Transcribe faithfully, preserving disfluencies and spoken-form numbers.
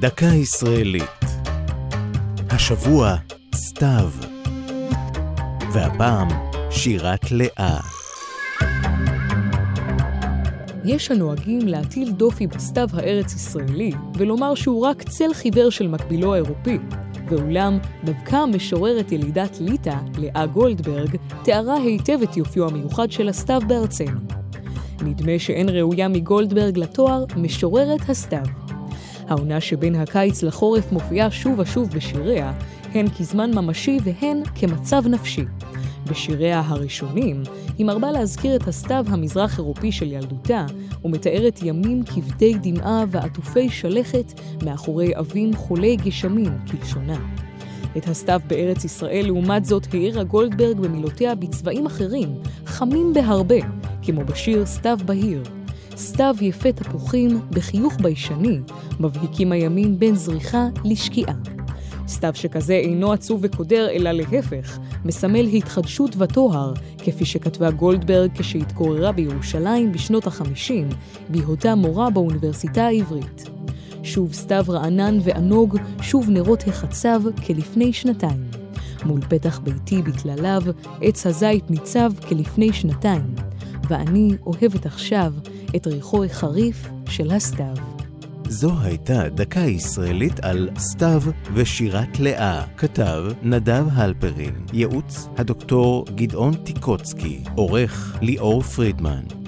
דקה ישראלית. השבוע סתיו. והפעם שירת לאה. יש הנוהגים להטיל דופי בסתיו הארץ ישראלי ולומר שהוא רק צל חיוור של מקבילו האירופי. ואולם, דווקא המשוררת ילידת ליטא, לאה גולדברג, תיארה היטב את יופיו המיוחד של הסתיו בארצנו. נדמה שאין ראויה מגולדברג לתואר משוררת הסתיו. העונה שבין הקיץ לחורף מופיעה שוב ושוב בשיריה, הן כזמן ממשי והן כמצב נפשי. בשיריה הראשונים היא מרבה להזכיר את הסתיו המזרח אירופי של ילדותה, ומתארת ימים כבדי דמעה ועטופי שלכת מאחורי אבים חולי גשמים כלשונה. את הסתיו בארץ ישראל לעומת זאת העירה גולדברג במילותיה בצבעים אחרים, חמים בהרבה, כמו בשיר סתיו בהיר. סתיו יפה תפוחים בחיוך ביישני, מבהיקים הימים בין זריחה לשקיעה. סתיו שכזה אינו עצוב וקודר אלא להפך, מסמל התחדשות וטוהר, כפי שכתבה גולדברג כשהתגוררה בירושלים בשנות החמישים, בהיותה מורה באוניברסיטה העברית. שוב סתיו רענן וענוג, שוב נרות החצב כלפני שנתיים. מול פתח ביתי בתלליו, עץ הזית ניצב כלפני שנתיים. ואני אוהבת עכשיו את ריחו החריף של הסתיו. זו הייתה דקה ישראלית על סתיו ושירת לאה. כתב נדב הלפרין, ייעוץ הדוקטור גדעון טיקוצקי, עורך ליאור פרידמן.